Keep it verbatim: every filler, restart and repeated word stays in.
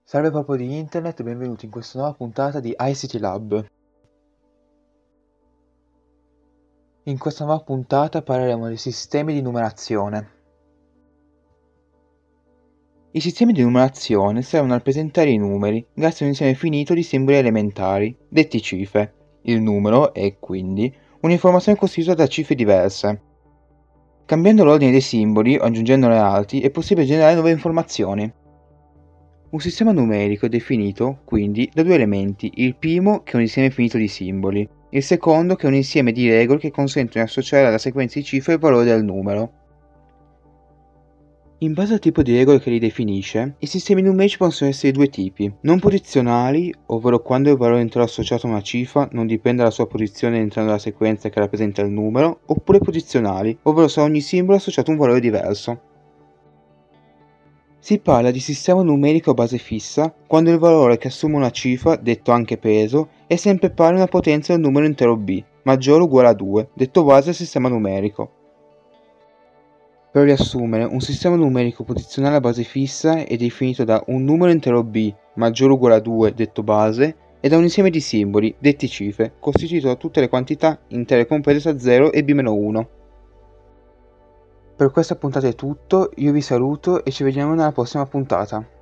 Salve popolo di internet e benvenuti in questa nuova puntata di I C T Lab. In questa nuova puntata parleremo dei sistemi di numerazione. I sistemi di numerazione servono a rappresentare i numeri grazie a un insieme finito di simboli elementari, detti cifre. Il numero è, quindi, un'informazione costituita da cifre diverse. Cambiando l'ordine dei simboli o aggiungendone altri è possibile generare nuove informazioni. Un sistema numerico è definito, quindi, da due elementi, il primo che è un insieme finito di simboli, il secondo che è un insieme di regole che consentono di associare alla sequenza di cifre il valore del numero. In base al tipo di regole che li definisce, i sistemi numerici possono essere di due tipi: non posizionali, ovvero quando il valore intero associato a una cifra non dipende dalla sua posizione all'interno della sequenza che rappresenta il numero, oppure posizionali, ovvero se a ogni simbolo è associato un valore diverso. Si parla di sistema numerico a base fissa quando il valore che assume una cifra, detto anche peso, è sempre pari a una potenza del numero intero b, maggiore o uguale a due, detto base del sistema numerico. Per riassumere, un sistema numerico posizionale a base fissa è definito da un numero intero b, maggiore o uguale a due, detto base, e da un insieme di simboli, detti cifre, costituito da tutte le quantità intere comprese tra zero e b meno uno. Per questa puntata è tutto, io vi saluto e ci vediamo nella prossima puntata.